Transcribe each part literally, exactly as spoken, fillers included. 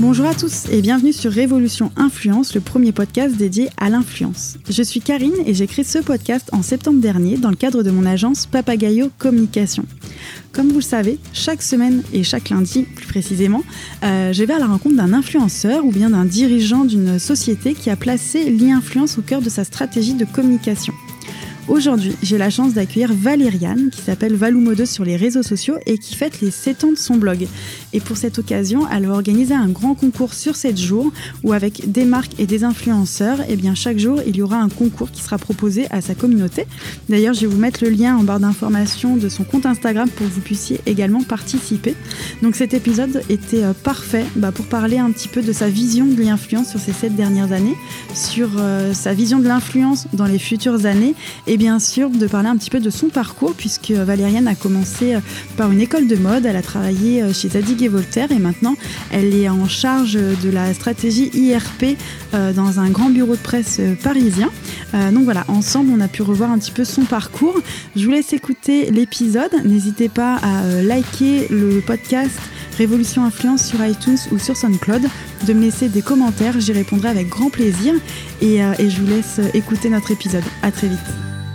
Bonjour à tous et bienvenue sur Révolution Influence, le premier podcast dédié à l'influence. Je suis Karine et j'ai créé ce podcast en septembre dernier dans le cadre de mon agence Papagayo Communication. Comme vous le savez, chaque semaine et chaque lundi plus précisément, euh, je vais à la rencontre d'un influenceur ou bien d'un dirigeant d'une société qui a placé l'e-influence au cœur de sa stratégie de communication. Aujourd'hui, j'ai la chance d'accueillir Valériane, qui s'appelle Valou Modeuse sur les réseaux sociaux et qui fête les sept ans de son blog. Et pour cette occasion, elle va organiser un grand concours sur sept jours où avec des marques et des influenceurs, eh bien chaque jour, il y aura un concours qui sera proposé à sa communauté. D'ailleurs, je vais vous mettre le lien en barre d'informations de son compte Instagram pour que vous puissiez également participer. Donc cet épisode était euh, parfait bah, pour parler un petit peu de sa vision de l'influence sur ces sept dernières années, sur euh, sa vision de l'influence dans les futures années et Et bien sûr, de parler un petit peu de son parcours, puisque Valériane a commencé par une école de mode, elle a travaillé chez Zadig et Voltaire et maintenant elle est en charge de la stratégie I R P dans un grand bureau de presse parisien. Donc voilà, ensemble on a pu revoir un petit peu son parcours. Je vous laisse écouter l'épisode, n'hésitez pas à liker le podcast Révolution Influence sur iTunes ou sur SoundCloud, de me laisser des commentaires, j'y répondrai avec grand plaisir et, euh, et je vous laisse écouter notre épisode. À très vite.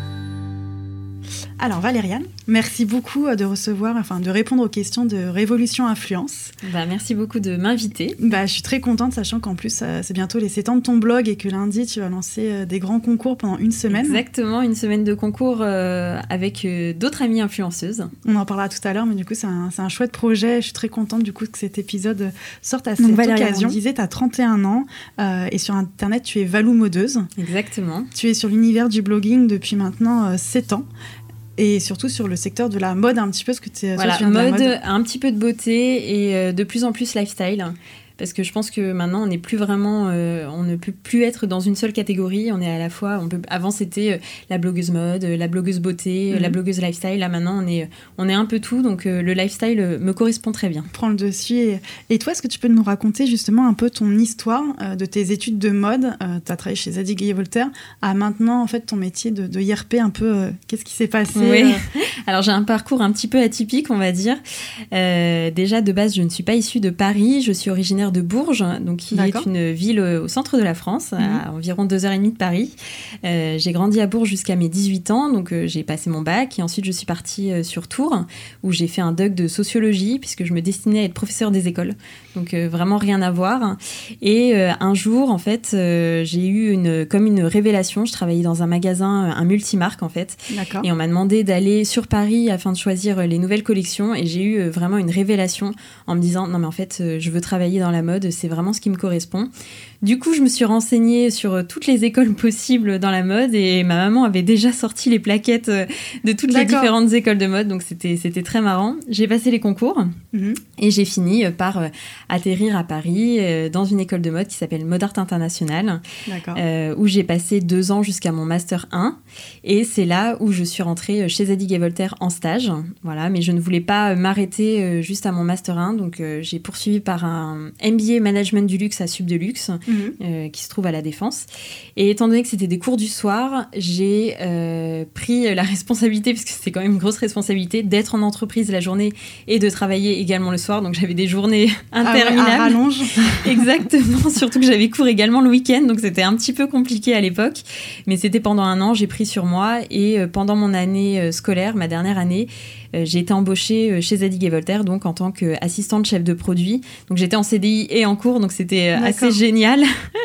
Alors Valériane, merci beaucoup de recevoir, enfin de répondre aux questions de Révolution Influence. Bah, merci beaucoup de m'inviter. Bah, je suis très contente, sachant qu'en plus euh, c'est bientôt les sept ans de ton blog et que lundi tu vas lancer euh, des grands concours pendant une semaine. Exactement, une semaine de concours euh, avec euh, d'autres amies influenceuses. On en parlera tout à l'heure, mais du coup c'est un, c'est un chouette projet. Je suis très contente du coup que cet épisode sorte à cette Donc, Valériane, occasion. On disait, tu as trente et un ans euh, et sur Internet tu es Valou Modeuse. Exactement. Tu es sur l'univers du blogging depuis maintenant euh, sept ans. Et surtout sur le secteur de la mode, un petit peu, ce que tu es voilà, sur mode, mode, un petit peu de beauté et euh, de plus en plus lifestyle. Parce que je pense que maintenant, on n'est plus vraiment... Euh, on ne peut plus être dans une seule catégorie. On est à la fois... On peut, avant, c'était euh, la blogueuse mode, la blogueuse beauté, mm-hmm. la blogueuse lifestyle. Là, maintenant, on est, on est un peu tout. Donc, euh, le lifestyle euh, me correspond très bien. Prends le dessus. Et, et toi, est-ce que tu peux nous raconter justement un peu ton histoire euh, de tes études de mode euh, tu as travaillé chez Zadig et Voltaire à maintenant, en fait, ton métier de, de I R P un peu... Euh, qu'est-ce qui s'est passé Oui. euh... Alors, j'ai un parcours un petit peu atypique, on va dire. Euh, déjà, de base, je ne suis pas issue de Paris. Je suis originaire de Bourges, donc qui D'accord. est une ville au centre de la France, mmh. à environ deux heures trente de Paris. Euh, j'ai grandi à Bourges jusqu'à mes dix-huit ans, donc euh, j'ai passé mon bac et ensuite je suis partie euh, sur Tours où j'ai fait un doc de sociologie puisque je me destinais à être professeure des écoles, donc euh, vraiment rien à voir. Et euh, un jour, en fait, euh, j'ai eu une, comme une révélation. Je travaillais dans un magasin, un multimarque en fait, D'accord. et on m'a demandé d'aller sur Paris afin de choisir les nouvelles collections et j'ai eu euh, vraiment une révélation en me disant non mais en fait euh, je veux travailler dans la mode, c'est vraiment ce qui me correspond. Du coup, je me suis renseignée sur toutes les écoles possibles dans la mode et ma maman avait déjà sorti les plaquettes de toutes D'accord. les différentes écoles de mode, donc c'était, c'était très marrant. J'ai passé les concours mmh. et j'ai fini par atterrir à Paris dans une école de mode qui s'appelle Mode Art International, euh, où j'ai passé deux ans jusqu'à mon Master un et c'est là où je suis rentrée chez Zadig et Voltaire en stage. Voilà, mais je ne voulais pas m'arrêter juste à mon Master un, donc euh, j'ai poursuivi par un M B A Management du luxe à Sub de Luxe, mmh. euh, qui se trouve à La Défense. Et étant donné que c'était des cours du soir, j'ai euh, pris la responsabilité, parce que c'était quand même une grosse responsabilité, d'être en entreprise la journée et de travailler également le soir. Donc j'avais des journées interminables. Ah ouais, à rallonge. Exactement, surtout que j'avais cours également le week-end, donc c'était un petit peu compliqué à l'époque. Mais c'était pendant un an, j'ai pris sur moi. Et euh, pendant mon année euh, scolaire, ma dernière année, euh, j'ai été embauchée chez Zadig et Voltaire, donc en tant qu'assistante chef de produit. Donc j'étais en C D I et en cours, donc c'était D'accord. assez génial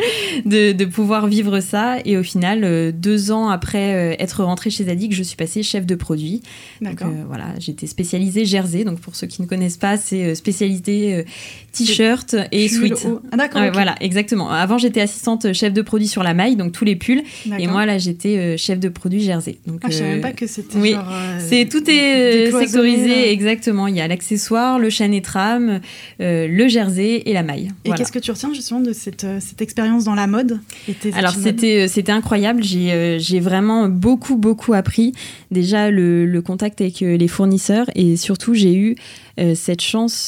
de, de pouvoir vivre ça. Et au final, deux ans après être rentrée chez Zadig, je suis passée chef de produit. D'accord. Donc, euh, voilà, j'étais spécialisée jersey. Donc pour ceux qui ne connaissent pas, c'est spécialité euh, t-shirt et sweat. Ah, d'accord. Euh, okay. Voilà, exactement. Avant, j'étais assistante chef de produit sur la maille, donc tous les pulls. D'accord. Et moi, là, j'étais euh, chef de produit jersey. Donc, ah, je savais euh, même pas que c'était oui, genre... Euh, c'est, tout est sectorisé, là. Exactement. Il y a l'accessoire, le chaîne et trame, euh, le jersey et la maille. Et voilà. Qu'est-ce que tu retiens justement de cette, cette expérience dans la mode et tes Alors, c'était, mode c'était incroyable. J'ai, euh, j'ai vraiment beaucoup, beaucoup appris. Déjà, le, le contact avec les fournisseurs et surtout, j'ai eu euh, cette chance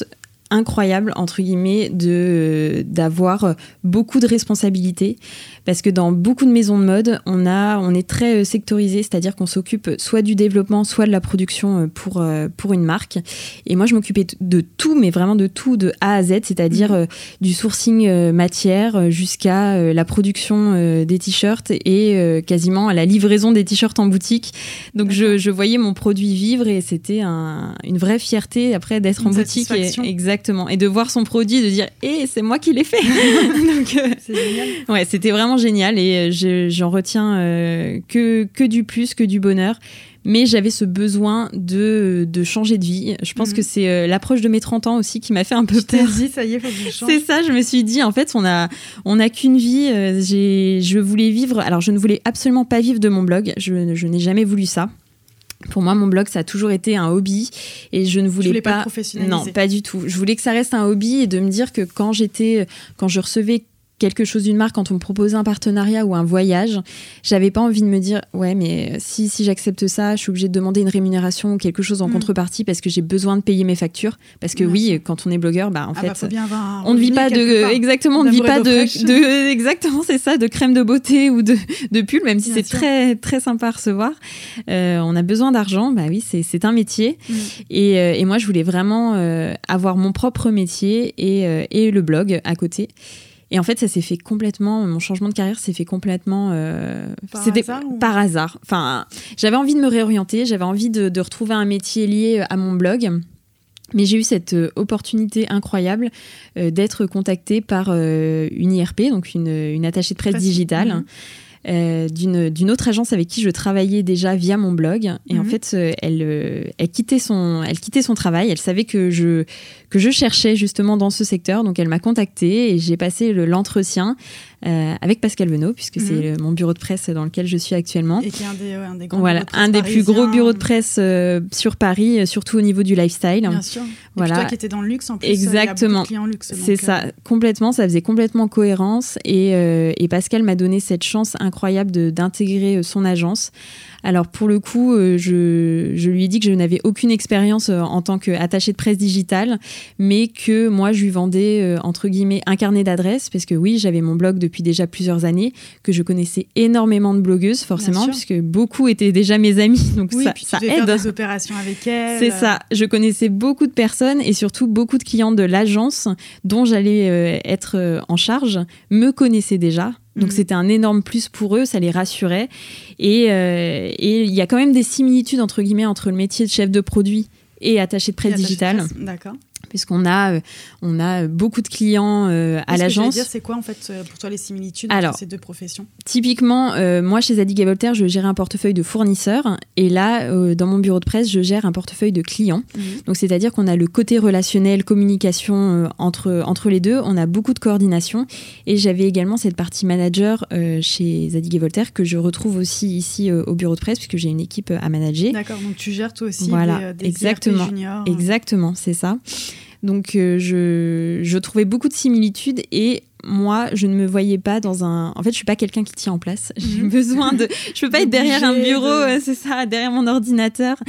incroyable, entre guillemets, de, d'avoir beaucoup de responsabilités. Parce que dans beaucoup de maisons de mode, on, a, on est très sectorisé, c'est-à-dire qu'on s'occupe soit du développement, soit de la production pour, pour une marque. Et moi, je m'occupais de tout, mais vraiment de tout, de A à Z, c'est-à-dire mmh. du sourcing matière jusqu'à la production des t-shirts et quasiment à la livraison des t-shirts en boutique. Donc, je, je voyais mon produit vivre et c'était un, une vraie fierté après d'être une en boutique. Et, exactement. Et de voir son produit, de dire « Eh, c'est moi qui l'ai fait !» Donc, euh, c'est génial. Ouais, c'était vraiment génial et je, j'en retiens euh, que, que du plus, que du bonheur. Mais j'avais ce besoin de, de changer de vie. Je pense mmh. que c'est euh, l'approche de mes trente ans aussi qui m'a fait un peu je peur. Je t'ai dit, ça y est, faut que je change. C'est ça, je me suis dit, en fait, on a, on a qu'une vie. Euh, j'ai, je voulais vivre... Alors, je ne voulais absolument pas vivre de mon blog. Je, je n'ai jamais voulu ça. Pour moi, mon blog, ça a toujours été un hobby et je ne voulais, je voulais pas... pas professionnaliser. Non, pas du tout. Je voulais que ça reste un hobby et de me dire que quand j'étais... Quand je recevais quelque chose d'une marque, quand on me proposait un partenariat ou un voyage, j'avais pas envie de me dire ouais mais si, si j'accepte ça, je suis obligée de demander une rémunération ou quelque chose en mmh. contrepartie parce que j'ai besoin de payer mes factures. Parce que bien oui, sûr. Quand on est blogueur, bah en ah fait, bah, faut bien avoir on ne vit pas de exactement, on ne vit pas de, de exactement c'est ça, de crème de beauté ou de, de pull, même si bien c'est sûr. très très sympa à recevoir. Euh, on a besoin d'argent, bah oui, c'est c'est un métier. Mmh. Et, euh, et moi, je voulais vraiment euh, avoir mon propre métier et euh, et le blog à côté. Et en fait, ça s'est fait complètement... Mon changement de carrière s'est fait complètement... Euh, par c'était hasard ou... par hasard. Enfin, j'avais envie de me réorienter, j'avais envie de, de retrouver un métier lié à mon blog. Mais j'ai eu cette euh, opportunité incroyable euh, d'être contactée par euh, une I R P, donc une, une attachée de presse Presse. digitale. Mmh. Euh, d'une, d'une autre agence avec qui je travaillais déjà via mon blog. Et mmh. en fait, euh, elle, euh, elle, quittait son, elle quittait son travail. Elle savait que je, que je cherchais justement dans ce secteur. Donc, elle m'a contactée et j'ai passé le, l'entretien euh, avec Pascal Venot, puisque mmh. c'est le, mon bureau de presse dans lequel je suis actuellement. Et qui est un des, ouais, un des grands voilà, bureaux de presse un des parisiens. plus gros bureaux de presse euh, sur Paris, surtout au niveau du lifestyle. Bien sûr. Et voilà. Puis toi qui étais dans le luxe, en plus, exactement. il y a beaucoup de clients luxe. C'est donc, ça, euh... complètement. Ça faisait complètement cohérence. Et, euh, et Pascal m'a donné cette chance incroyable de, d'intégrer son agence. Alors pour le coup, euh, je, je lui ai dit que je n'avais aucune expérience euh, en tant qu'attachée de presse digitale, mais que moi je lui vendais euh, entre guillemets un carnet d'adresses, parce que oui, j'avais mon blog depuis déjà plusieurs années, que je connaissais énormément de blogueuses forcément, puisque beaucoup étaient déjà mes amies, donc oui, ça, puis ça tu aide. Faire des opérations avec elles. C'est ça, je connaissais beaucoup de personnes et surtout beaucoup de clients de l'agence dont j'allais euh, être euh, en charge me connaissaient déjà. Donc, mmh. c'était un énorme plus pour eux, ça les rassurait. Et euh, et il y a quand même des similitudes, entre guillemets, entre le métier de chef de produit et attaché de presse digitale. D'accord. Puisqu'on a, on a beaucoup de clients euh, à Est-ce l'agence. Que dire, c'est quoi en fait pour toi les similitudes Alors, entre ces deux professions ? Typiquement, euh, moi chez Zadig et Voltaire, je gérais un portefeuille de fournisseurs et là, euh, dans mon bureau de presse, je gère un portefeuille de clients. Mmh. Donc c'est-à-dire qu'on a le côté relationnel, communication euh, entre, entre les deux, on a beaucoup de coordination et j'avais également cette partie manager euh, chez Zadig et Voltaire que je retrouve aussi ici euh, au bureau de presse puisque j'ai une équipe à manager. D'accord, donc tu gères toi aussi voilà, des, des exactement, I R P juniors. Exactement, c'est ça. Donc, euh, je, je trouvais beaucoup de similitudes et moi, je ne me voyais pas dans un... En fait, je suis pas quelqu'un qui tient en place. J'ai mmh. besoin de... Je peux pas de être derrière un bureau, de... c'est ça, derrière mon ordinateur,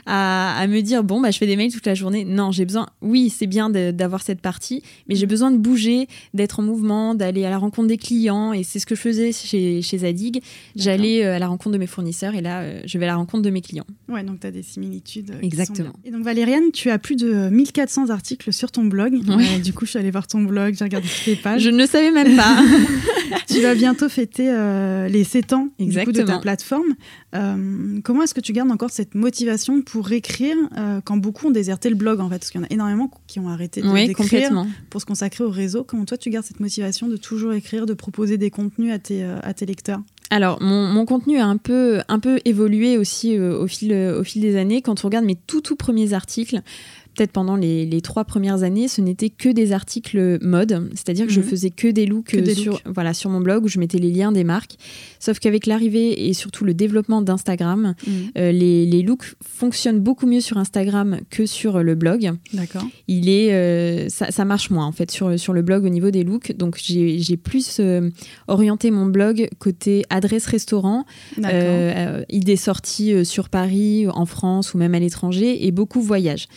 à, à me dire, bon, bah, je fais des mails toute la journée. Non, j'ai besoin... Oui, c'est bien de, d'avoir cette partie, mais j'ai besoin de bouger, d'être en mouvement, d'aller à la rencontre des clients. Et c'est ce que je faisais chez, chez Zadig. D'accord. J'allais à la rencontre de mes fournisseurs et là, je vais à la rencontre de mes clients. Ouais, donc tu as des similitudes. Exactement. Et donc, Valériane, tu as plus de mille quatre cents articles sur ton blog. Ouais. Euh, du coup, je suis allée voir ton blog, j'ai regardé toutes les pages. Je ne le savais même pas. Tu vas bientôt fêter euh, les sept ans du coup, de ta plateforme. Euh, comment est-ce que tu gardes encore cette motivation pour écrire euh, quand beaucoup ont déserté le blog en fait, parce qu'il y en a énormément qui ont arrêté de, oui, d'écrire pour se consacrer au réseau. Comment toi tu gardes cette motivation de toujours écrire, de proposer des contenus à tes, euh, à tes lecteurs ? Alors, mon, mon contenu a un peu, un peu évolué aussi euh, au, fil, euh, au fil des années. Quand on regarde mes tout, tout premiers articles, peut-être pendant les, les trois premières années, ce n'était que des articles mode, c'est-à-dire que mmh. je faisais que des looks, que des sur, looks. Voilà, sur mon blog où je mettais les liens des marques. Sauf qu'avec l'arrivée et surtout le développement d'Instagram, mmh. euh, les, les looks fonctionnent beaucoup mieux sur Instagram que sur le blog. D'accord. Il est, euh, ça, ça marche moins en fait sur, sur le blog au niveau des looks. Donc j'ai, j'ai plus euh, orienté mon blog côté adresse restaurant, euh, idées sorties sur Paris, en France ou même à l'étranger et beaucoup voyage. C'est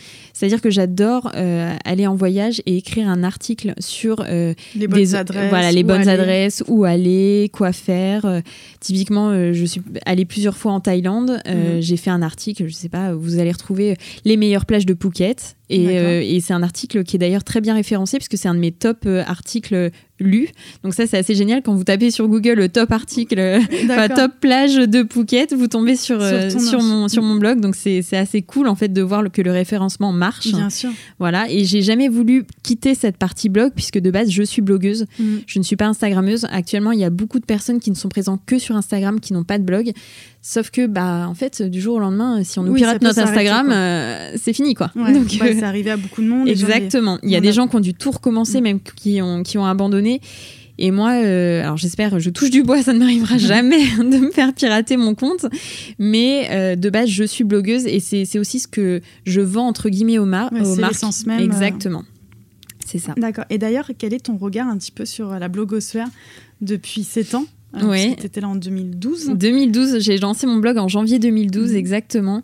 C'est-à-dire que j'adore euh, aller en voyage et écrire un article sur euh, les bonnes des, adresses, voilà, les bonnes aller. adresses, où aller, quoi faire. Euh, typiquement, euh, je suis allée plusieurs fois en Thaïlande. Euh, mmh. J'ai fait un article, je sais pas, vous allez retrouver les meilleures plages de Phuket. Et, euh, et c'est un article qui est d'ailleurs très bien référencé puisque c'est un de mes top euh, articles lus. Donc ça, c'est assez génial. Quand vous tapez sur Google euh, top article, euh, enfin, top plage de Phuket, vous tombez sur, euh, sur, sur, mon, sur mon blog. Donc c'est, c'est assez cool en fait de voir le, que le référencement marche. Bien sûr. Voilà. Et j'ai jamais voulu quitter cette partie blog puisque de base, je suis blogueuse. Mm. Je ne suis pas Instagrammeuse. Actuellement, il y a beaucoup de personnes qui ne sont présentes que sur Instagram, qui n'ont pas de blog. Sauf que, bah, en fait, du jour au lendemain, si on nous oui, pirate notre Instagram, euh, c'est fini, quoi. Ouais, donc, bah, euh, c'est arrivé à beaucoup de monde. Exactement. Il y a des gens qui ont dû tout recommencer, mmh. même qui ont, qui ont abandonné. Et moi, euh, alors j'espère, je touche du bois, ça ne m'arrivera jamais de me faire pirater mon compte. Mais euh, de base, je suis blogueuse et c'est, c'est aussi ce que je vends, entre guillemets, aux, mar- ouais, aux c'est marques. L'essence même. Exactement. Euh... C'est ça. D'accord. Et d'ailleurs, quel est ton regard un petit peu sur la blogosphère depuis sept ans ? Alors, oui. Tu étais là en deux mille douze. deux mille douze, j'ai lancé mon blog en janvier deux mille douze, mmh. exactement.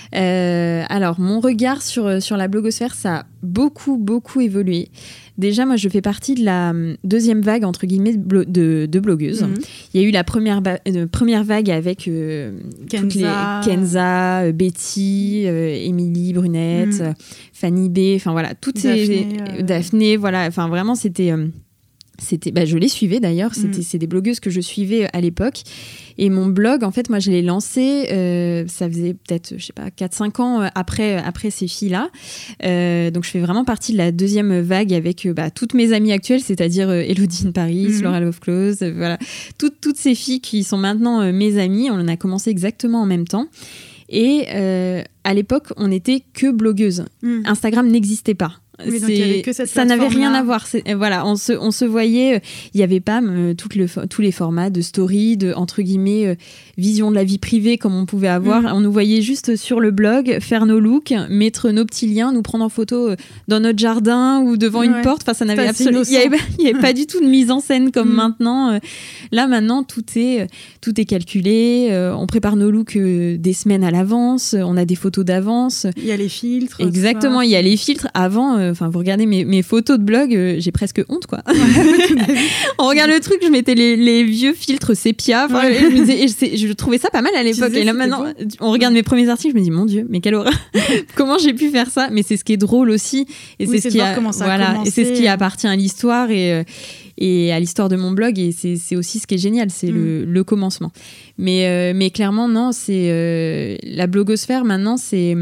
Euh, alors, mon regard sur, sur la blogosphère, ça a beaucoup, beaucoup évolué. Déjà, moi, je fais partie de la deuxième vague, entre guillemets, de, de, de blogueuses. Mmh. Il y a eu la première, ba- euh, première vague avec euh, Kenza, toutes les, Kenza euh, Betty, euh, Émilie Brunette, mmh. euh, Fanny B, enfin voilà, toutes Daphné, ces... Euh... Daphné, voilà, enfin vraiment, c'était... Euh, C'était, bah, je les suivais d'ailleurs, c'était, mmh. c'est des blogueuses que je suivais à l'époque. Et mon blog, en fait, moi, je l'ai lancé, euh, ça faisait peut-être, je sais pas, quatre cinq ans après, après ces filles-là. Euh, donc, je fais vraiment partie de la deuxième vague avec bah, toutes mes amies actuelles, c'est-à-dire euh, Elodie Paris, mmh. Laura Love Close, euh, voilà. Toutes, toutes ces filles qui sont maintenant euh, mes amies, on en a commencé exactement en même temps. Et euh, à l'époque, on n'était que blogueuses. Mmh. Instagram n'existait pas. Oui, donc il y avait que cette ça n'avait rien à voir. C'est, voilà, on se, on se voyait. Il n'y avait pas euh, tout le, tous les formats de story, de entre guillemets euh, vision de la vie privée comme on pouvait avoir. Mmh. On nous voyait juste sur le blog faire nos looks, mettre nos petits liens, nous prendre en photo euh, dans notre jardin ou devant ouais. une porte. Enfin, ça n'avait absolument. Il n'y avait, il y avait pas du tout de mise en scène comme mmh. maintenant. Là, maintenant, tout est, tout est calculé. Euh, on prépare nos looks euh, des semaines à l'avance. On a des photos d'avance. Il y a les filtres. Exactement. Il y a les filtres avant. Euh, Enfin, vous regardez mes, mes photos de blog, euh, j'ai presque honte, quoi. On regarde le truc, je mettais les, les vieux filtres sépia. Enfin, ouais. je, me disais, et je, je trouvais ça pas mal à l'époque. Disais, et là, maintenant, beau. on regarde ouais. mes premiers articles, je me dis, mon Dieu, mais quelle horreur. Comment j'ai pu faire ça ? Mais c'est ce qui est drôle aussi. Et oui, c'est, c'est, ce qui a, voilà, a et c'est ce qui appartient à l'histoire et, et à l'histoire de mon blog. Et c'est, c'est aussi ce qui est génial, c'est mm. le, le commencement. Mais, euh, mais clairement, non, c'est euh, la blogosphère, maintenant, c'est...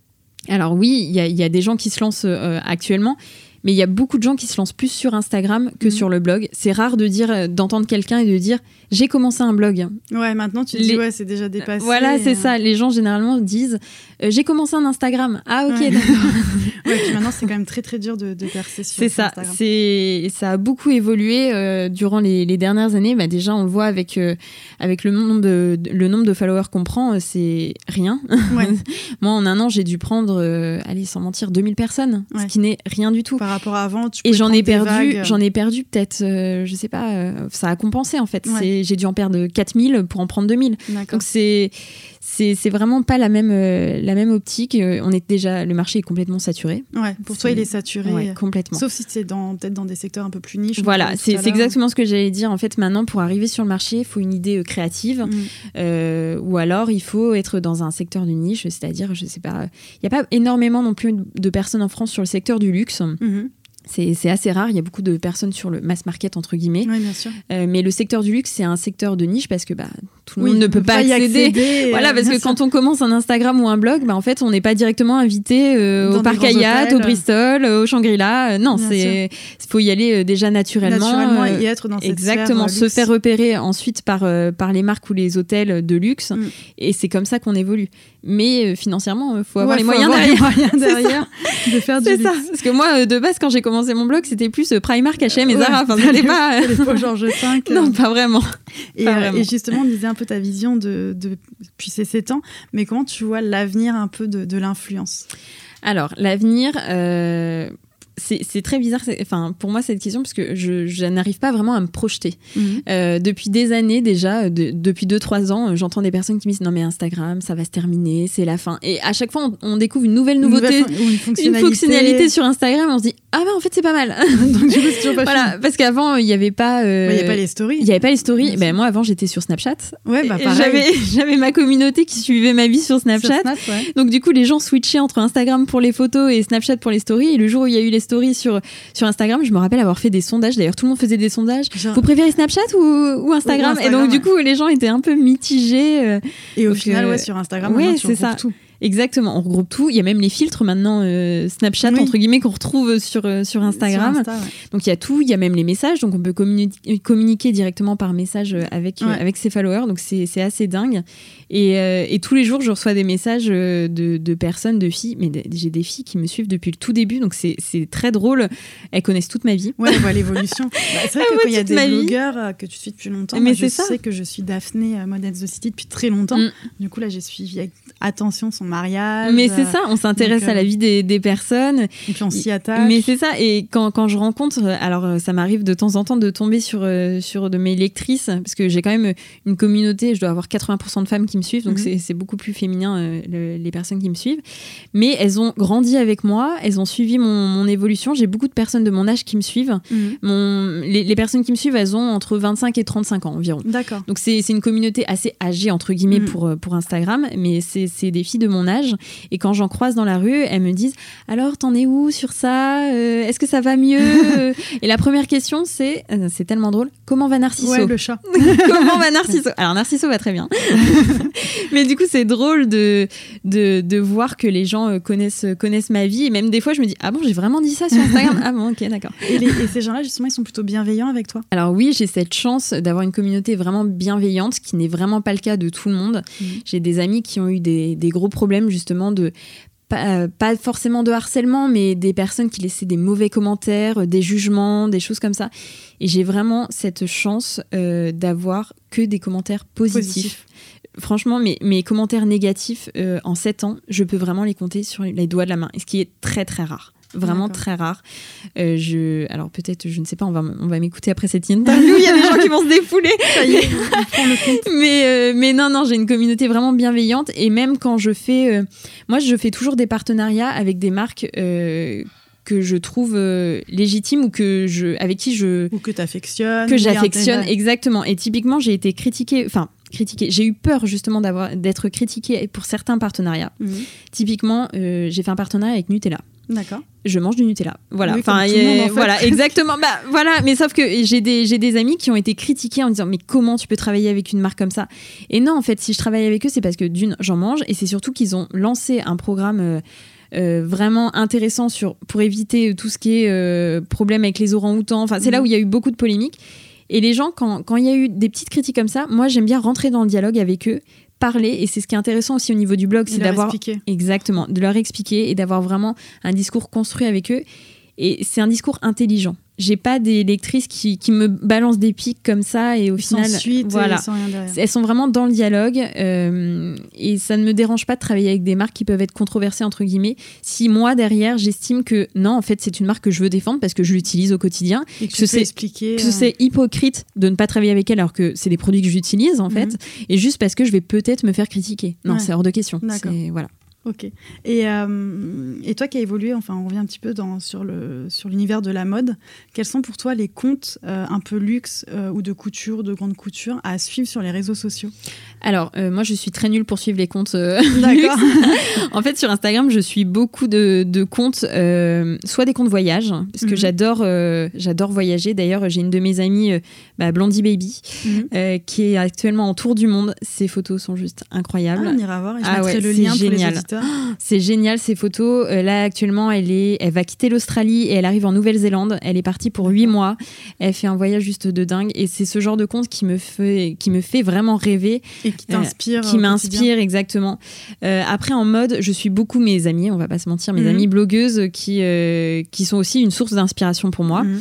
Alors oui, il y, y a des gens qui se lancent euh, actuellement, mais il y a beaucoup de gens qui se lancent plus sur Instagram que mmh. sur le blog. C'est rare de dire, d'entendre quelqu'un et de dire « j'ai commencé un blog ». Ouais, maintenant tu te Les... dis « ouais, c'est déjà dépassé ». Voilà, c'est euh... ça. Les gens généralement disent euh, « j'ai commencé un Instagram ». Ah ok, ouais. d'accord. Ouais, puis maintenant c'est quand même très très dur de, de percer sur c'est ça. Instagram. C'est ça a beaucoup évolué euh, durant les, les dernières années. Bah, déjà, on le voit avec, euh, avec le, nombre de, le nombre de followers qu'on prend, euh, c'est rien. Ouais. Moi, en un an, j'ai dû prendre, euh, allez, sans mentir, deux mille personnes, ouais. ce qui n'est rien du tout. Par rapport à avant, tu et j'en ai perdu, vagues. j'en ai perdu peut-être, euh, je sais pas, euh, ça a compensé en fait. Ouais. C'est, j'ai dû en perdre quatre mille pour en prendre deux mille. D'accord. Donc c'est, c'est, c'est vraiment pas la même, euh, la même optique. On est déjà, le marché est complètement saturé. Ouais, pour c'est... toi, il est saturé. Ouais, complètement. Sauf si c'est dans, peut-être dans des secteurs un peu plus niches. Voilà, c'est, c'est exactement ce que j'allais dire. En fait, maintenant, pour arriver sur le marché, il faut une idée euh, créative. Mmh. Euh, ou alors, il faut être dans un secteur de niche, c'est-à-dire, je sais pas, il n'y a pas énormément non plus de personnes en France sur le secteur du luxe. Mmh. C'est, c'est assez rare, il y a beaucoup de personnes sur le mass market, entre guillemets. Oui, bien sûr. Euh, mais le secteur du luxe, c'est un secteur de niche parce que bah, tout le oui, monde ne peut pas y accéder. accéder voilà, euh, parce que sûr. Quand on commence un Instagram ou un blog, bah, en fait, on n'est pas directement invité euh, au Parc Hyatt, au Bristol, euh, au Shangri-La. Euh, non, il faut y aller euh, déjà naturellement. Naturellement euh, y être dans cette exactement, sphère, se luxe. faire repérer ensuite par, euh, par les marques ou les hôtels de luxe. Mm. Et c'est comme ça qu'on évolue. Mais euh, financièrement, il faut avoir ouais, les faut moyens avoir derrière. Les moyens derrière de faire du c'est luxe. ça. Parce que moi, de base, quand j'ai commencé mon blog, c'était plus Primark, H et M et Zara. Enfin, c'était pas... les Georges cinq. Non, pas vraiment. Et, pas euh, vraiment. et justement, on disait un peu ta vision de, de, depuis ces sept ans. Mais comment tu vois l'avenir un peu de, de l'influence ? Alors, l'avenir... Euh... c'est, c'est très bizarre, c'est, enfin, pour moi, cette question, parce que je, je n'arrive pas vraiment à me projeter. Mmh. Euh, depuis des années déjà, de, depuis deux trois ans, j'entends des personnes qui me disent non mais Instagram, ça va se terminer, c'est la fin. Et à chaque fois, on, on découvre une nouvelle nouveauté, une, nouvelle, une, fonctionnalité. une fonctionnalité sur Instagram, on se dit ah bah en fait c'est pas mal. Donc du coup c'est toujours pas voilà, fini. Parce qu'avant il y avait pas, euh, il y avait pas les stories. Il y avait pas les stories. Ben moi avant j'étais sur Snapchat. Ouais bah pareil. J'avais, j'avais ma communauté qui suivait ma vie sur Snapchat. Sur Snap, ouais. Donc du coup les gens switchaient entre Instagram pour les photos et Snapchat pour les stories. Et le jour où il y a eu les stories sur sur Instagram, je me rappelle avoir fait des sondages. D'ailleurs tout le monde faisait des sondages. Genre... Vous préférez Snapchat ou, ou, Instagram? ou Instagram? Et donc ouais. du coup les gens étaient un peu mitigés. Et au donc, final euh... ouais sur Instagram ouais, tu c'est ça. Tout. Exactement, on regroupe tout. Il y a même les filtres maintenant euh, Snapchat oui. entre guillemets qu'on retrouve sur euh, sur Instagram. Sur Insta, ouais. Donc il y a tout, il y a même les messages, donc on peut communi- communiquer directement par message avec ouais. euh, avec ses followers. Donc c'est c'est assez dingue. Et euh, et tous les jours je reçois des messages de de personnes, de filles, mais de, j'ai des filles qui me suivent depuis le tout début, donc c'est c'est très drôle. Elles connaissent toute ma vie. Ouais, on voit l'évolution. Bah, c'est vrai que quand il y a des blogueurs euh, que tu suis depuis longtemps, mais moi, je ça. sais que je suis Daphné euh, Models the City depuis très longtemps. Mm. Du coup là j'ai suivi avec attention son mariage. Mais c'est ça, on s'intéresse donc, euh, à la vie des, des personnes. Et puis on s'y attache. Mais c'est ça, et quand, quand je rencontre, alors ça m'arrive de temps en temps de tomber sur, euh, sur de mes lectrices, parce que j'ai quand même une communauté, je dois avoir quatre-vingts pour cent de femmes qui me suivent, donc mm-hmm. c'est, c'est beaucoup plus féminin euh, le, les personnes qui me suivent. Mais elles ont grandi avec moi, elles ont suivi mon, mon évolution. J'ai beaucoup de personnes de mon âge qui me suivent. Mm-hmm. Mon, les, les personnes qui me suivent, elles ont entre vingt-cinq et trente-cinq ans environ. D'accord. Donc c'est, c'est une communauté assez âgée, entre guillemets, mm-hmm. pour, pour Instagram, mais c'est, c'est des filles de mon âge. Et quand j'en croise dans la rue, elles me disent alors t'en es où sur ça, euh, est-ce que ça va mieux? Et la première question c'est euh, c'est tellement drôle, comment va Narciso? Ouais, le chat. Comment va Narciso? Alors Narciso va très bien. Mais du coup c'est drôle de, de, de voir que les gens connaissent, connaissent ma vie, et même des fois je me dis ah bon j'ai vraiment dit ça sur Instagram? Ah bon ok d'accord. Et, les, et ces gens-là justement ils sont plutôt bienveillants avec toi? Alors oui, j'ai cette chance d'avoir une communauté vraiment bienveillante, qui n'est vraiment pas le cas de tout le monde. Mmh. J'ai des amis qui ont eu des, des gros problèmes justement de Pas, euh, pas forcément de harcèlement, mais des personnes qui laissaient des mauvais commentaires, des jugements, des choses comme ça. Et j'ai vraiment cette chance euh, d'avoir que des commentaires positifs. Positif. Franchement, mes, mes commentaires négatifs, euh, en sept ans, je peux vraiment les compter sur les doigts de la main, ce qui est très très rare. Vraiment D'accord. très rare. Euh, je... Alors peut-être, je ne sais pas, on va, on va m'écouter après cette interview. Il y a des gens qui vont se défouler. Ça y est, on prend le compte. Mais, euh, mais non, non, j'ai une communauté vraiment bienveillante. Et même quand je fais... Euh... Moi, je fais toujours des partenariats avec des marques... Euh... que je trouve euh, légitime ou que je, avec qui je... Ou que tu affectionnes. Que j'affectionne, exactement. Et typiquement, j'ai été critiquée... Enfin, critiquée. J'ai eu peur justement d'avoir, d'être critiquée pour certains partenariats. Mmh. Typiquement, euh, j'ai fait un partenariat avec Nutella. D'accord. Je mange du Nutella. Voilà. Oui, enfin, tout le monde, en fait. Voilà, exactement. Bah, voilà. Mais sauf que j'ai des, j'ai des amis qui ont été critiqués en disant mais comment tu peux travailler avec une marque comme ça? Et non, en fait, si je travaille avec eux, c'est parce que d'une, j'en mange, et c'est surtout qu'ils ont lancé un programme... Euh, Euh, vraiment intéressant sur, pour éviter tout ce qui est euh, problème avec les orang-outans. Enfin, c'est mmh. là où il y a eu beaucoup de polémiques. Et les gens, quand, quand il y a eu des petites critiques comme ça, moi, j'aime bien rentrer dans le dialogue avec eux, parler. Et c'est ce qui est intéressant aussi au niveau du blog, c'est de d'avoir... Expliquer. Exactement, de leur expliquer et d'avoir vraiment un discours construit avec eux. Et c'est un discours intelligent. J'ai pas des lectrices qui, qui me balancent des pics comme ça et au sans final suite, voilà, sans rien derrière. Elles sont vraiment dans le dialogue, euh, et ça ne me dérange pas de travailler avec des marques qui peuvent être controversées entre guillemets si moi derrière j'estime que non, en fait c'est une marque que je veux défendre parce que je l'utilise au quotidien, et que, que c'est expliquer, que euh... c'est hypocrite de ne pas travailler avec elle alors que c'est des produits que j'utilise en fait, mm-hmm. et juste parce que je vais peut-être me faire critiquer. Non, ouais. c'est hors de question. D'accord. C'est, voilà. Ok. Et, euh, et toi qui as évolué, enfin on revient un petit peu dans, sur, le, sur l'univers de la mode, quels sont pour toi les comptes euh, un peu luxe euh, ou de couture, de grande couture à suivre sur les réseaux sociaux? Alors euh, moi je suis très nulle pour suivre les comptes euh, luxe. En fait sur Instagram je suis beaucoup de, de comptes, euh, soit des comptes voyage, parce que mm-hmm. j'adore, euh, j'adore voyager. D'ailleurs j'ai une de mes amies, euh, bah, Blondie Baby, mm-hmm. euh, qui est actuellement en tour du monde. Ses photos sont juste incroyables. Ah, on ira voir et je ah, mettrai ouais, le lien génial. Pour les auditeurs. C'est génial ces photos. Euh, là actuellement, elle est, elle va quitter l'Australie et elle arrive en Nouvelle-Zélande. Elle est partie pour huit mois. Elle fait un voyage juste de dingue et c'est ce genre de compte qui me fait, qui me fait vraiment rêver. Et qui t'inspire. Euh, qui m'inspire exactement. Euh, après en mode, je suis beaucoup mes amies. On va pas se mentir, mes mmh. amies blogueuses qui euh, qui sont aussi une source d'inspiration pour moi. Mmh.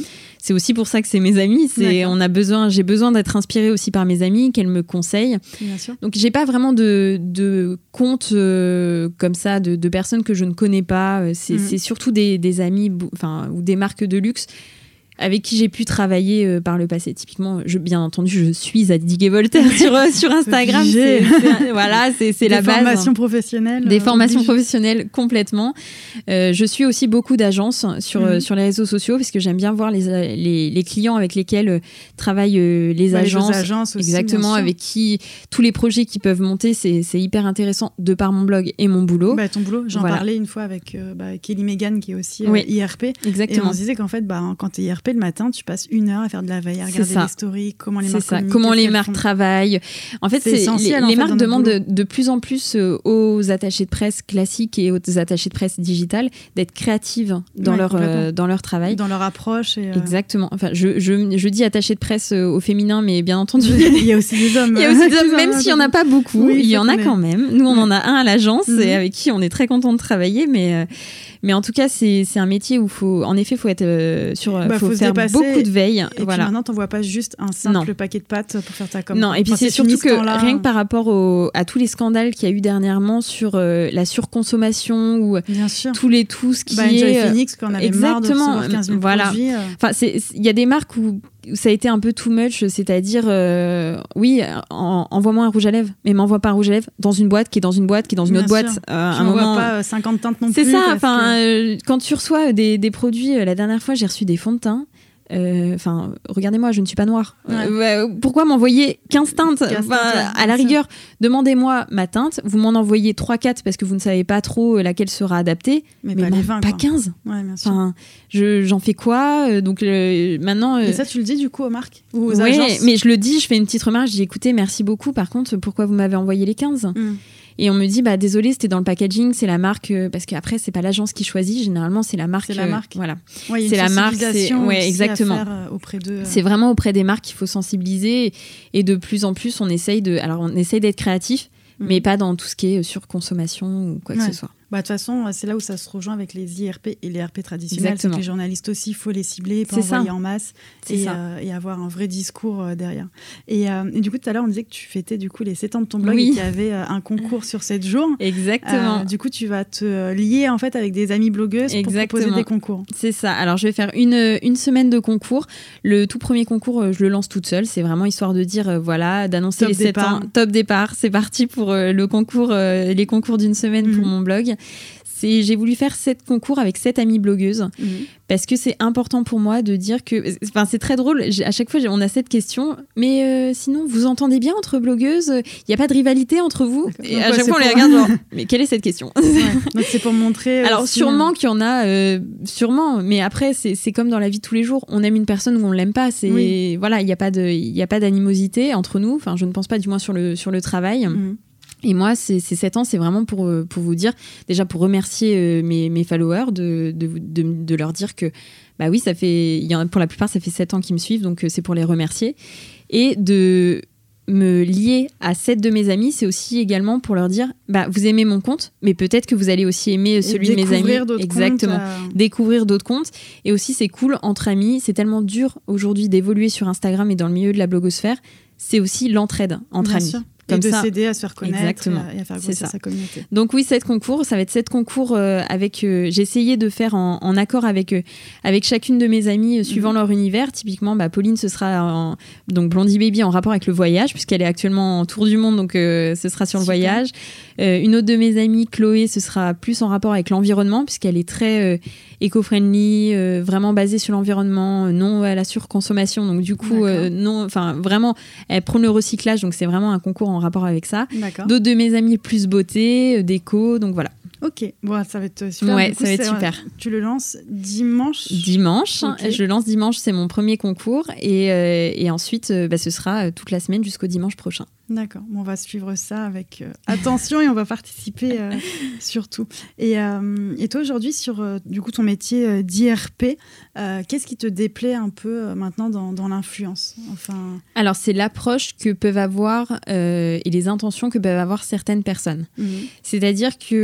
c'est aussi pour ça que c'est mes amies. C'est, on a besoin, j'ai besoin d'être inspirée aussi par mes amies, qu'elles me conseillent. Bien sûr. Donc, j'ai pas vraiment de, de compte euh, comme ça de, de personnes que je ne connais pas. C'est, mm-hmm. c'est surtout des, des amis, enfin, ou des marques de luxe avec qui j'ai pu travailler euh, par le passé. Typiquement, je, bien entendu, je suis Zadig et Voltaire sur, sur Instagram. c'est, c'est, voilà, c'est, c'est la base. Des formations professionnelles. Des euh, formations oblige. professionnelles, complètement. Euh, je suis aussi beaucoup d'agences sur, mmh. euh, sur les réseaux sociaux parce que j'aime bien voir les, les, les clients avec lesquels euh, travaillent euh, les ouais, agences. Les agences aussi, exactement, avec qui tous les projets qui peuvent monter, c'est, c'est hyper intéressant de par mon blog et mon boulot. Bah, ton boulot, j'en voilà. parlais une fois avec euh, bah, Kelly Megan qui est aussi euh, oui. I R P. Exactement. Et on se disait qu'en fait, bah, quand tu es I R P le matin, tu passes une heure à faire de la veille, à regarder les stories, comment les c'est marques ça. Comment les marques font. Travaillent. En fait, c'est, c'est essentiel, les, en les fait, marques demandent de, de plus en plus euh, aux attachés de presse classiques et aux attachés de presse digitales d'être créatives dans, ouais, leur, euh, dans leur travail. Dans leur approche. Et, euh... Exactement. Enfin, je, je, je dis attachés de presse euh, au féminin, mais bien entendu. Il y a aussi des hommes. Il y a aussi des hommes, même s'il n'y en a pas beaucoup. Oui, il y en a quand même. Nous, on ouais. en a un à l'agence mm-hmm. et avec qui on est très content de travailler, mais... Euh, Mais en tout cas, c'est, c'est un métier où, faut, en effet, il faut, être, euh, sur, bah, faut faut faire beaucoup de veille. Et voilà. puis maintenant, tu n'envoies pas juste un simple non. paquet de pâtes pour faire ta com. Non, et puis enfin, c'est, c'est surtout que rien que par rapport au, à tous les scandales qu'il y a eu dernièrement sur euh, la surconsommation ou Bien sûr. tous les tout ce qui bah, est... Enjoy Phoenix, quand on avait marre de recevoir quinze mille voilà. produits. Euh... Enfin, il y a des marques où où ça a été un peu too much, c'est-à-dire, euh, oui, en, envoie-moi un rouge à lèvres, mais m'envoie pas un rouge à lèvres dans une boîte qui est dans une boîte qui est dans une Bien autre sûr. boîte. Euh, tu n'envoies moment... pas cinquante teintes non c'est plus. C'est ça, enfin, que... euh, quand tu reçois des, des produits, euh, la dernière fois, j'ai reçu des fonds de teint. Enfin, euh, regardez-moi, je ne suis pas noire. Ouais. Euh, pourquoi m'envoyer quinze teintes quinze enfin, teintes, à la rigueur, demandez-moi ma teinte. Vous m'en envoyez trois quatre parce que vous ne savez pas trop laquelle sera adaptée. Mais, mais pas, les vingt, pas quoi. quinze. Ouais, bien sûr. Enfin, je, j'en fais quoi Donc euh, maintenant. Euh... Et ça, tu le dis du coup aux marques ou aux ouais, agences? Mais je le dis, je fais une petite remarque. Je dis écoutez, merci beaucoup. Par contre, pourquoi vous m'avez envoyé les quinze mm. Et on me dit, bah désolé, c'était dans le packaging, c'est la marque, euh, parce qu'après, c'est pas l'agence qui choisit, généralement, c'est la marque. C'est la marque. Euh, voilà. Ouais, c'est la marque. C'est, ouais, exactement. À faire, euh, auprès d'eux, euh... C'est vraiment auprès des marques qu'il faut sensibiliser. Et, et de plus en plus, on essaye, de, alors, on essaye d'être créatif, mmh. mais pas dans tout ce qui est surconsommation ou quoi que ouais. ce soit. Bah, de toute façon, c'est là où ça se rejoint avec les I R P et les R P traditionnels. Exactement. C'est que les journalistes aussi, il faut les cibler, pas c'est envoyer ça. en masse et, euh, et avoir un vrai discours euh, derrière. Et, euh, et du coup, tout à l'heure, on disait que tu fêtais du coup, les sept ans de ton blog oui. et qu'il y avait euh, un concours sur sept jours. Exactement. Euh, du coup, tu vas te lier en fait avec des amies blogueuses Exactement. pour proposer des concours. C'est ça. Alors, je vais faire une, une semaine de concours. Le tout premier concours, je le lance toute seule. C'est vraiment histoire de dire, euh, voilà, d'annoncer top les sept ans. Top départ. C'est parti pour euh, le concours, euh, les concours d'une semaine mmh. pour mon blog. C'est, j'ai voulu faire sept concours avec sept amies blogueuses mmh. parce que c'est important pour moi de dire que... Enfin, c'est très drôle. À chaque fois, on a cette question. Mais euh, sinon, vous entendez bien entre blogueuses? Il n'y a pas de rivalité entre vous? D'accord. Et donc, à ouais, chaque fois, on pour... les regarde genre, mais quelle est cette question? Ouais. Donc, c'est pour montrer... Alors, aussi, sûrement hein. qu'il y en a, euh, sûrement. Mais après, c'est, c'est comme dans la vie de tous les jours. On aime une personne ou on ne l'aime pas. C'est, oui. Voilà, il n'y a pas de, il n'y a pas d'animosité entre nous. Enfin, je ne pense pas, du moins, sur le, sur le travail. Mmh. Et moi, ces, ces sept ans, c'est vraiment pour, pour vous dire, déjà pour remercier euh, mes, mes followers, de, de, de, de leur dire que, bah oui, ça fait, il y en a, pour la plupart, ça fait sept ans qu'ils me suivent, donc euh, c'est pour les remercier. Et de me lier à sept de mes amis, c'est aussi également pour leur dire, bah vous aimez mon compte, mais peut-être que vous allez aussi aimer celui de mes amis. Découvrir d'autres Exactement. comptes. Euh... Découvrir d'autres comptes. Et aussi, c'est cool entre amis. C'est tellement dur aujourd'hui d'évoluer sur Instagram et dans le milieu de la blogosphère. C'est aussi l'entraide entre Bien amis. sûr. Comme et de ça. s'aider à se faire connaître. Exactement. Et à faire grossir sa communauté. Donc oui, sept concours, ça va être sept concours euh, avec. Euh, j'ai essayé de faire en, en accord avec euh, avec chacune de mes amies euh, suivant mmh. leur univers. Typiquement, bah, Pauline, ce sera en, donc Blondie Baby en rapport avec le voyage puisqu'elle est actuellement en tour du monde, donc euh, ce sera sur Super. Le voyage. Euh, une autre de mes amies, Chloé, ce sera plus en rapport avec l'environnement puisqu'elle est très euh, éco-friendly, euh, vraiment basée sur l'environnement, euh, non à la surconsommation. Donc du coup, euh, non, enfin vraiment, elle prône le recyclage, donc c'est vraiment un concours en rapport avec ça. D'accord. D'autres de mes amis plus beauté, euh, déco, donc voilà. Ok, bon, ça va être super. Ouais, du coup, ça va être super. Euh, tu le lances dimanche. Dimanche, okay. Je le lance dimanche, c'est mon premier concours et, euh, et ensuite, euh, bah, ce sera toute la semaine jusqu'au dimanche prochain. D'accord, bon, on va suivre ça avec euh, attention et on va participer euh, surtout. Et, euh, et toi aujourd'hui sur euh, du coup ton métier euh, d'I R P, euh, qu'est-ce qui te déplaît un peu euh, maintenant dans, dans l'influence? Enfin... Alors c'est l'approche que peuvent avoir euh, et les intentions que peuvent avoir certaines personnes. Mmh. C'est-à-dire que euh,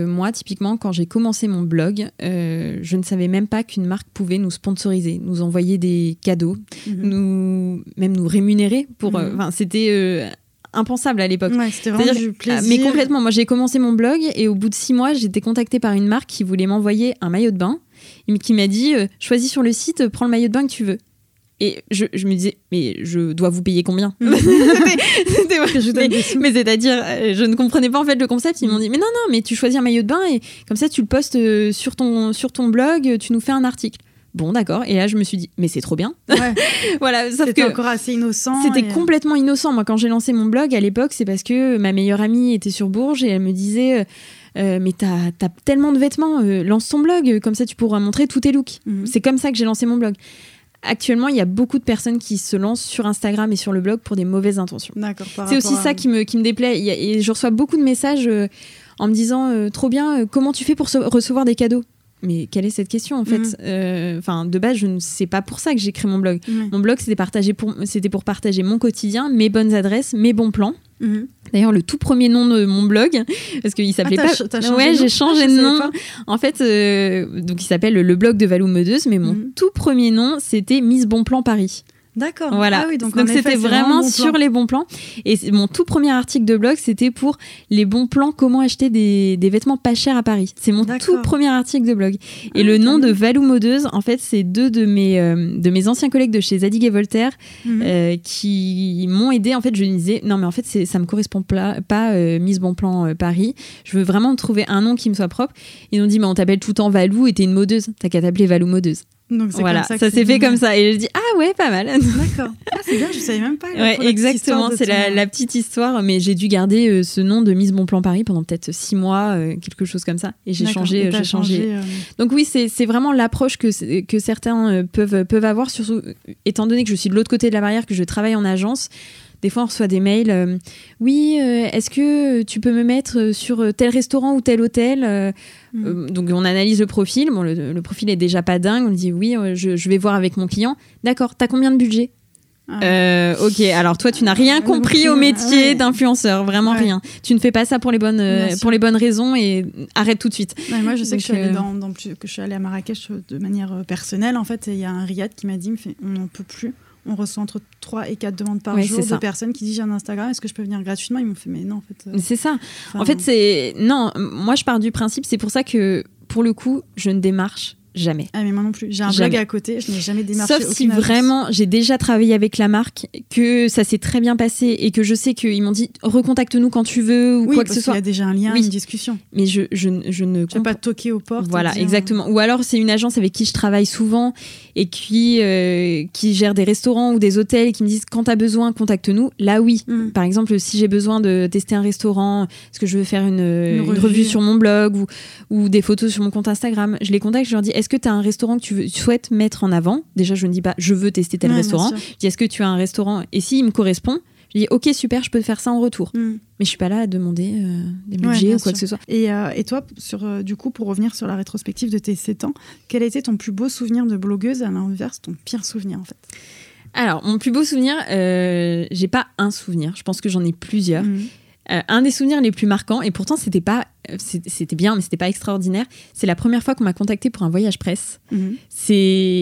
que moi, typiquement, quand j'ai commencé mon blog, euh, je ne savais même pas qu'une marque pouvait nous sponsoriser, nous envoyer des cadeaux, mm-hmm. nous, même nous rémunérer. Pour, mm-hmm. euh, c'était euh, impensable à l'époque. Ouais, c'était vraiment du plaisir. Mais complètement. Moi, j'ai commencé mon blog et au bout de six mois, j'étais contactée par une marque qui voulait m'envoyer un maillot de bain et qui m'a dit euh, « Choisis sur le site, prends le maillot de bain que tu veux ». Et je, je me disais, mais je dois vous payer combien? mmh. c'était, c'était, je mais, mais c'est-à-dire, je ne comprenais pas en fait le concept. Ils m'ont dit, mais non, non, mais tu choisis un maillot de bain et comme ça, tu le postes sur ton, sur ton blog, tu nous fais un article. Bon, d'accord. Et là, je me suis dit, mais c'est trop bien. Ouais. Voilà, sauf c'était que encore assez innocent. C'était et... complètement innocent. Moi, quand j'ai lancé mon blog à l'époque, c'est parce que ma meilleure amie était sur Bourges et elle me disait... Euh, mais t'as, t'as tellement de vêtements, euh, lance ton blog, comme ça tu pourras montrer tous tes looks. Mmh. C'est comme ça que j'ai lancé mon blog. Actuellement, il y a beaucoup de personnes qui se lancent sur Instagram et sur le blog pour des mauvaises intentions. D'accord, c'est aussi à... ça qui me, qui me déplaît. Il y a, et je reçois beaucoup de messages euh, en me disant euh, trop bien, euh, comment tu fais pour se- recevoir des cadeaux? Mais quelle est cette question en fait? mmh. euh, De base, je ne sais pas pour ça que j'ai créé mon blog. Mmh. Mon blog, c'était, partagé pour, c'était pour partager mon quotidien, mes bonnes adresses, mes bons plans. Mmh. D'ailleurs, le tout premier nom de mon blog, parce qu'il s'appelait ah, pas. T'as, t'as changé ouais, de nom j'ai changé ah, de nom. En fait, euh, donc il s'appelle le blog de Valou Medeuse, mais mon mmh. tout premier nom, c'était Miss Bon Plan Paris. D'accord. Voilà. Ah oui, donc donc en c'était effet, vraiment, vraiment bon sur les bons plans. Et mon tout premier article de blog, c'était pour les bons plans, comment acheter des, des vêtements pas chers à Paris. C'est mon D'accord. tout premier article de blog. Et ah, le nom de Valou Modeuse, en fait, c'est deux de mes, euh, de mes anciens collègues de chez Zadig et Voltaire mm-hmm. euh, qui m'ont aidé. En fait, je me disais, non, mais en fait, c'est, ça me correspond pas, pas euh, Miss Bon Plan euh, Paris. Je veux vraiment trouver un nom qui me soit propre. Ils m'ont dit, mais on t'appelle tout le temps Valou et t'es une modeuse. T'as qu'à t'appeler Valou Modeuse. Donc c'est voilà, comme ça, ça que s'est fait bien. Comme ça. Et je dis, ah ouais, pas mal. D'accord. Ah, c'est bien, je savais même pas. Ouais, exactement, c'est ton... la, la petite histoire. Mais j'ai dû garder euh, ce nom de Miss Bon Plan Paris pendant peut-être six mois, euh, quelque chose comme ça. Et j'ai D'accord. changé. Et j'ai changé. changé euh... Donc oui, c'est, c'est vraiment l'approche que, que certains euh, peuvent, peuvent avoir, surtout étant donné que je suis de l'autre côté de la barrière, que je travaille en agence. Des fois, on reçoit des mails. Euh, oui, euh, est-ce que tu peux me mettre sur tel restaurant ou tel hôtel euh, mmh. euh, Donc, on analyse le profil. Bon, le, le profil est déjà pas dingue. On dit oui, je, je vais voir avec mon client. D'accord, t'as combien de budget? ah. euh, Ok, alors toi, tu n'as rien ah, compris au métier ouais. d'influenceur. Vraiment ouais. rien. Tu ne fais pas ça pour les bonnes, euh, pour les bonnes raisons et arrête tout de suite. Ouais, moi, je sais Donc, que, je suis allée dans, dans, que je suis allée à Marrakech de manière personnelle. En fait, il y a un riad qui m'a dit, on n'en peut plus. On reçoit entre trois et quatre demandes par ouais, jour de personnes qui disent j'ai un Instagram, est-ce que je peux venir gratuitement? Ils m'ont fait mais non en fait. Euh... C'est ça. En fait c'est non. Moi je pars du principe, c'est pour ça que pour le coup je ne démarche jamais. Ah mais moi non plus. J'ai un jamais. blog à côté, je n'ai jamais démarché. Sauf si agence. Vraiment j'ai déjà travaillé avec la marque, que ça s'est très bien passé et que je sais qu'ils m'ont dit recontacte-nous quand tu veux ou oui, quoi que ce soit. Il y a déjà un lien, oui. une discussion. Mais je je, je ne. Tu vas pas toquer aux portes. Voilà, dire... exactement. Ou alors c'est une agence avec qui je travaille souvent et qui euh, qui gère des restaurants ou des hôtels et qui me disent quand t'as besoin contacte-nous. Là oui. Mm. Par exemple si j'ai besoin de tester un restaurant, est-ce que je veux faire une, une, revue. une revue sur mon blog ou ou des photos sur mon compte Instagram, je les contacte, je leur dis est-ce que t'as un restaurant que tu veux, souhaites mettre en avant? Déjà, je ne dis pas je veux tester tel ouais, restaurant. Je dis est-ce que tu as un restaurant? Et s'il me correspond, je dis ok, super, je peux te faire ça en retour. Mm. Mais je ne suis pas là à demander euh, des budgets ouais, ou quoi sûr. Que ce soit. Et, euh, et toi, sur, euh, du coup, pour revenir sur la rétrospective de tes sept ans, quel a été ton plus beau souvenir de blogueuse, à l'inverse, ton pire souvenir en fait? Alors, mon plus beau souvenir, euh, j'ai pas un souvenir. Je pense que j'en ai plusieurs. Mm. Euh, un des souvenirs les plus marquants, et pourtant c'était pas, c'était bien, mais c'était pas extraordinaire. C'est la première fois qu'on m'a contactée pour un voyage presse. Mmh. C'est,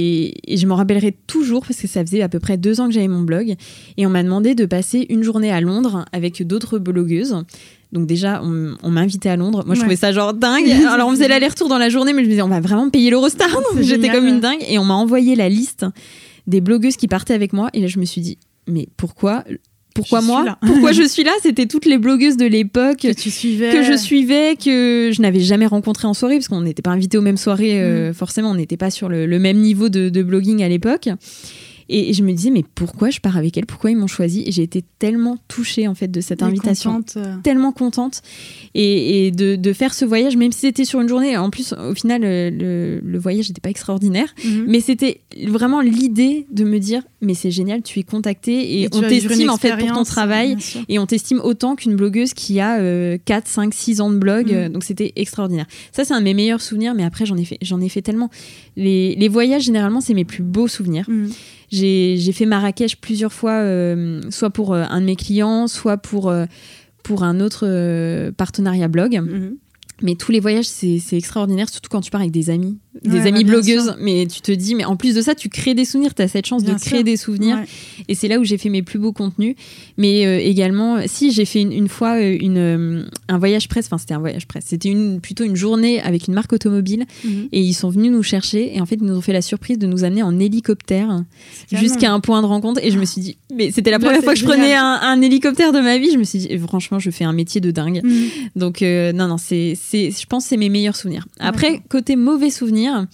et je m'en rappellerai toujours parce que ça faisait à peu près deux ans que j'avais mon blog, et on m'a demandé de passer une journée à Londres avec d'autres blogueuses. Donc déjà, on, on m'a invité à Londres. Moi, je ouais. trouvais ça genre dingue. Alors, on faisait l'aller-retour dans la journée, mais je me disais, on va vraiment payer l'Eurostar. J'étais génial, comme une dingue, et on m'a envoyé la liste des blogueuses qui partaient avec moi. Et là, je me suis dit, mais pourquoi Pourquoi je moi Pourquoi je suis là? C'était toutes les blogueuses de l'époque que tu suivais, que je suivais, que je n'avais jamais rencontrées en soirée, parce qu'on n'était pas invités aux mêmes soirées. Euh, mmh. Forcément, on n'était pas sur le, le même niveau de, de blogging à l'époque. Et, et je me disais, mais pourquoi je pars avec elles? Pourquoi ils m'ont choisie? Et j'ai été tellement touchée en fait de cette et invitation, contente. tellement contente, et, et de, de faire ce voyage, même si c'était sur une journée. En plus, au final, le, le voyage n'était pas extraordinaire, mmh. mais c'était vraiment l'idée de me dire, mais c'est génial, tu es contactée et, et on t'estime en fait pour ton travail, et on t'estime autant qu'une blogueuse qui a euh, quatre, cinq, six ans de blog. Mmh. Donc c'était extraordinaire. Ça, c'est un de mes meilleurs souvenirs, mais après, j'en ai fait, j'en ai fait tellement. Les, les voyages, généralement, c'est mes plus beaux souvenirs. Mmh. J'ai, j'ai fait Marrakech plusieurs fois, euh, soit pour euh, un de mes clients, soit pour, euh, pour un autre euh, partenariat blog. Mmh. Mais tous les voyages, c'est, c'est extraordinaire, surtout quand tu pars avec des amis, des ouais, amis bah, blogueuses. sûr. Mais tu te dis, mais en plus de ça, tu crées des souvenirs. Tu as cette chance bien de créer sûr. des souvenirs. Ouais. Et c'est là où j'ai fait mes plus beaux contenus. Mais euh, également, si j'ai fait une, une fois une, euh, un voyage presse, enfin c'était un voyage presse, c'était une, plutôt une journée avec une marque automobile. Mm-hmm. Et ils sont venus nous chercher. Et en fait, ils nous ont fait la surprise de nous amener en hélicoptère jusqu'à un point de rencontre. Et je me suis dit, mais c'était la première là, fois que génial. je prenais un, un hélicoptère de ma vie. Je me suis dit, franchement, je fais un métier de dingue. Mm-hmm. Donc, euh, non, non, c'est, c'est, je pense que c'est mes meilleurs souvenirs. Après, D'accord. côté mauvais souvenirs,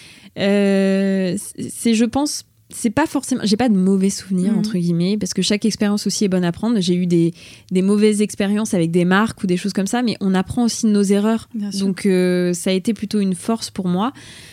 euh, c'est, je pense, c'est pas forcément, j'ai pas de mauvais souvenirs mmh. entre guillemets, parce que chaque expérience aussi est bonne à prendre. J'ai eu des, des mauvaises expériences avec des marques ou des choses comme ça, mais on apprend aussi de nos erreurs. Donc euh, ça a été plutôt une force pour moi.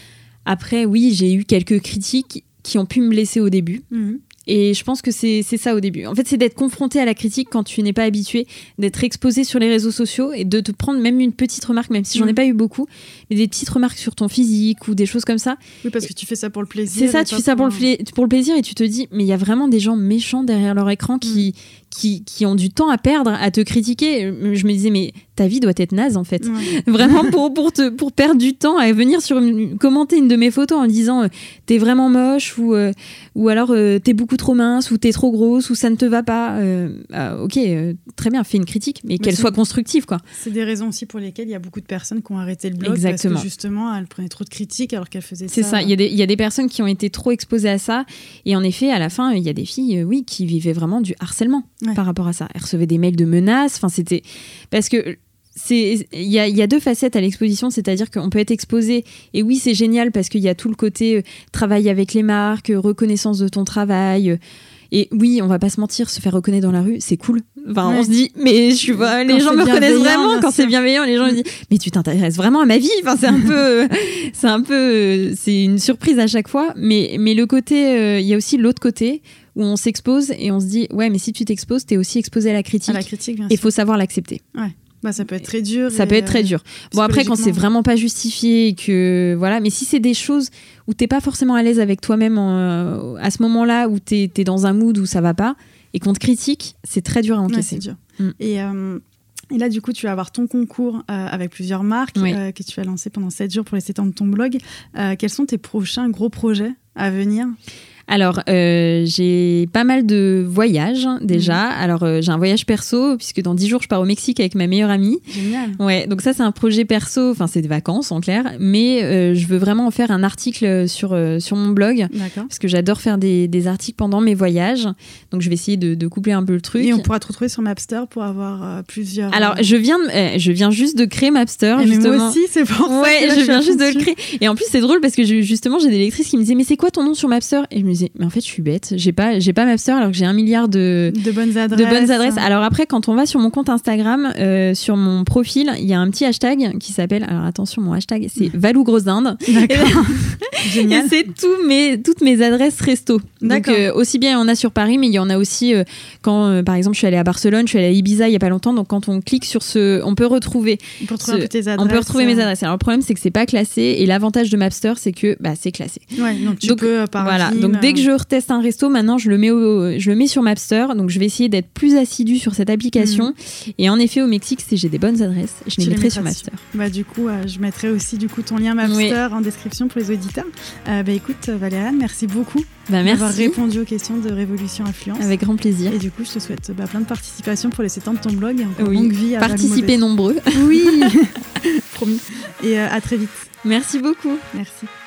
Après, oui, j'ai eu quelques critiques qui ont pu me blesser au début. Mmh. Et je pense que c'est, c'est ça au début. En fait, c'est d'être confronté à la critique quand tu n'es pas habitué, d'être exposé sur les réseaux sociaux et de te prendre même une petite remarque, même si j'en ai pas eu beaucoup, mais des petites remarques sur ton physique ou des choses comme ça. Oui, parce que tu fais ça pour le plaisir. C'est ça, tu fais ça pour, pour, le, pla- pour le plaisir et tu te dis, mais il y a vraiment des gens méchants derrière leur écran qui, mmh. qui, qui ont du temps à perdre à te critiquer. Je me disais, mais ta vie doit être naze en fait. Ouais. Vraiment pour, pour, te, pour perdre du temps à venir sur une, commenter une de mes photos en disant, euh, t'es vraiment moche ou, euh, ou alors euh, t'es beaucoup trop mince ou t'es trop grosse ou ça ne te va pas. Euh, euh, ok, euh, très bien, fais une critique, mais, mais qu'elle soit constructive, quoi. C'est des raisons aussi pour lesquelles il y a beaucoup de personnes qui ont arrêté le blog. Exactement. Parce que justement, elles prenaient trop de critiques alors qu'elles faisaient ça. C'est ça, il y a des, il y a des personnes qui ont été trop exposées à ça et en effet, à la fin, il y a des filles, euh, oui, qui vivaient vraiment du harcèlement ouais. par rapport à ça. Elles recevaient des mails de menaces, enfin c'était... Parce que... il y a, y a deux facettes à l'exposition, c'est-à-dire qu'on peut être exposé et oui c'est génial parce qu'il y a tout le côté euh, travail avec les marques, euh, reconnaissance de ton travail euh, et oui on va pas se mentir, se faire reconnaître dans la rue c'est cool, enfin ouais. on se dit mais je suis pas, les gens me reconnaissent vraiment quand c'est bienveillant, les gens me disent mais tu t'intéresses vraiment à ma vie, enfin c'est un peu c'est un peu c'est une surprise à chaque fois, mais, mais le côté il euh, y a aussi l'autre côté où on s'expose et on se dit ouais mais si tu t'exposes t'es aussi exposé à la critique, à la critique et il faut savoir l'accepter. Ouais. Bah, ça peut être très dur. Ça peut être très dur. Bon, après, quand c'est vraiment pas justifié et que, voilà, mais si c'est des choses où t'es pas forcément à l'aise avec toi-même en, à ce moment-là, où t'es, t'es dans un mood où ça va pas et qu'on te critique, c'est très dur à encaisser. Ouais, c'est dur. Mm. Et, euh, et là, du coup, tu vas avoir ton concours euh, avec plusieurs marques oui. euh, que tu vas lancer pendant sept jours pour les sept ans de ton blog. Euh, quels sont tes prochains gros projets à venir ? Alors, euh, j'ai pas mal de voyages déjà. Mmh. Alors, euh, j'ai un voyage perso, puisque dans dix jours, je pars au Mexique avec ma meilleure amie. Génial. Ouais, donc ça, c'est un projet perso, enfin, c'est des vacances en clair, mais euh, je veux vraiment en faire un article sur, euh, sur mon blog. D'accord. Parce que j'adore faire des, des articles pendant mes voyages. Donc, je vais essayer de, de coupler un peu le truc. Et on pourra te retrouver sur Mapster pour avoir euh, plusieurs. Alors, je viens, de, euh, je viens juste de créer Mapster. Et justement. Mais moi aussi, c'est pour ça. Ouais, que je viens juste de le créer. Et en plus, c'est drôle parce que je, justement, j'ai des lectrices qui me disaient, mais c'est quoi ton nom sur Mapster ? Et je me disais, mais en fait, je suis bête. J'ai pas, j'ai pas Mapster alors que j'ai un milliard de, de bonnes adresses. De bonnes adresses. Alors après, quand on va sur mon compte Instagram, euh, sur mon profil, il y a un petit hashtag qui s'appelle, alors attention, mon hashtag, c'est Valou Grosse Dinde. D'accord. Génial. Et c'est tous mes, toutes mes adresses resto. D'accord. Donc, euh, aussi bien il y en a sur Paris, mais il y en a aussi euh, quand, euh, par exemple, je suis allée à Barcelone, je suis allée à Ibiza il y a pas longtemps. Donc, quand on clique sur ce, on peut retrouver. On peut retrouver ce, tes adresses. On peut retrouver mes adresses. Alors, le problème, c'est que c'est pas classé. Et l'avantage de Mapster, c'est que, bah, c'est classé. Ouais, donc tu donc, peux, euh, par voilà. ville, Donc, dès que je reteste un resto, maintenant, je le mets au, je le mets sur Mapster. Donc, je vais essayer d'être plus assidue sur cette application. Mmh. Et en effet, au Mexique, si j'ai des bonnes adresses, je les mettrai sur Mapster. Bah, du coup, euh, je mettrai aussi, du coup, ton lien Mapster oui. en description pour les auditeurs. Euh, bah, écoute, Valériane, merci beaucoup bah, merci. d'avoir répondu aux questions de Révolution Influence. Avec grand plaisir. Et du coup, je te souhaite bah, plein de participation pour les sept ans de ton blog et encore oui. longue vie à Participez nombreux. Oui, promis. Et euh, à très vite. Merci beaucoup. Merci.